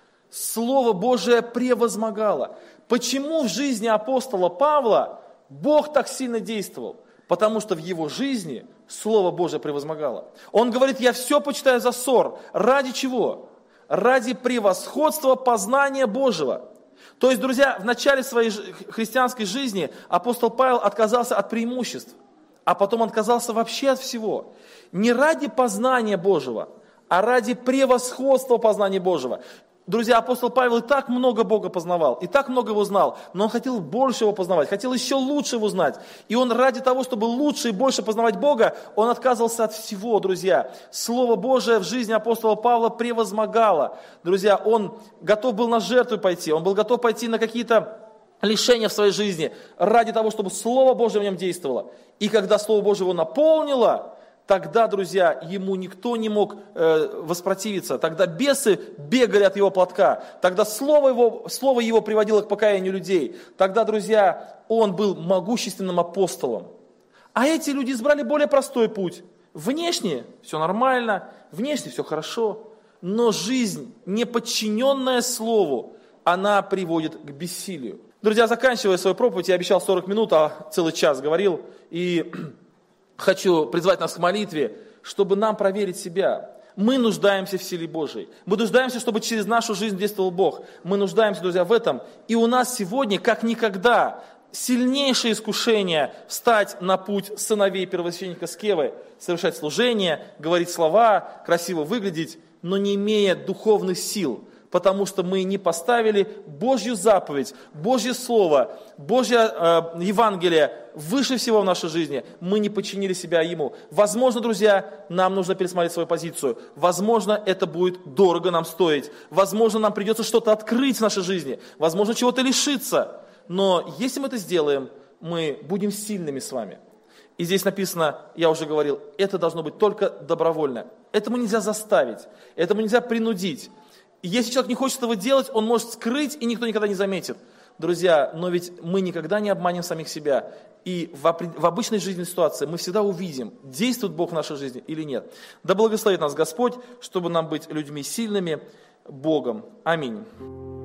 Слово Божие превозмогало. Почему в жизни апостола Павла Бог так сильно действовал? Потому что в его жизни Слово Божие превозмогало. Он говорит, я все почитаю за ссор. Ради чего? Ради превосходства познания Божьего. То есть, друзья, в начале своей христианской жизни апостол Павел отказался от преимуществ, а потом он отказался вообще от всего. Не ради познания Божьего, а ради превосходства познания Божьего. Друзья, апостол Павел и так много Бога познавал, и так много его знал, но он хотел больше его познавать, хотел еще лучше его знать. И он ради того, чтобы лучше и больше познавать Бога, он отказывался от всего, друзья. Слово Божие в жизни апостола Павла превозмогало. Друзья, он готов был на жертву пойти, он был готов пойти на какие-то лишения в своей жизни ради того, чтобы Слово Божие в нем действовало. И когда Слово Божие его наполнило, тогда, друзья, ему никто не мог э, воспротивиться. Тогда бесы бегали от его платка. Тогда слово его, слово его приводило к покаянию людей. Тогда, друзья, он был могущественным апостолом. А эти люди избрали более простой путь. Внешне все нормально, внешне все хорошо. Но жизнь, не подчиненная слову, она приводит к бессилию. Друзья, заканчивая свою проповедь, я обещал сорок минут, а целый час говорил. И хочу призвать нас к молитве, чтобы нам проверить себя. Мы нуждаемся в силе Божией. Мы нуждаемся, чтобы через нашу жизнь действовал Бог. Мы нуждаемся, друзья, в этом. И у нас сегодня, как никогда, сильнейшее искушение встать на путь сыновей первосвященника Скевы, совершать служение, говорить слова, красиво выглядеть, но не имея духовных сил. Потому что мы не поставили Божью заповедь, Божье Слово, Божье э, Евангелие выше всего в нашей жизни. Мы не подчинили себя Ему. Возможно, друзья, нам нужно пересмотреть свою позицию. Возможно, это будет дорого нам стоить. Возможно, нам придется что-то открыть в нашей жизни. Возможно, чего-то лишиться. Но если мы это сделаем, мы будем сильными с вами. И здесь написано, я уже говорил, это должно быть только добровольно. Этому нельзя заставить, этому нельзя принудить. И если человек не хочет этого делать, он может скрыть, и никто никогда не заметит. Друзья, но ведь мы никогда не обманем самих себя. И в, в обычной жизненной ситуации мы всегда увидим, действует Бог в нашей жизни или нет. Да благословит нас Господь, чтобы нам быть людьми сильными Богом. Аминь.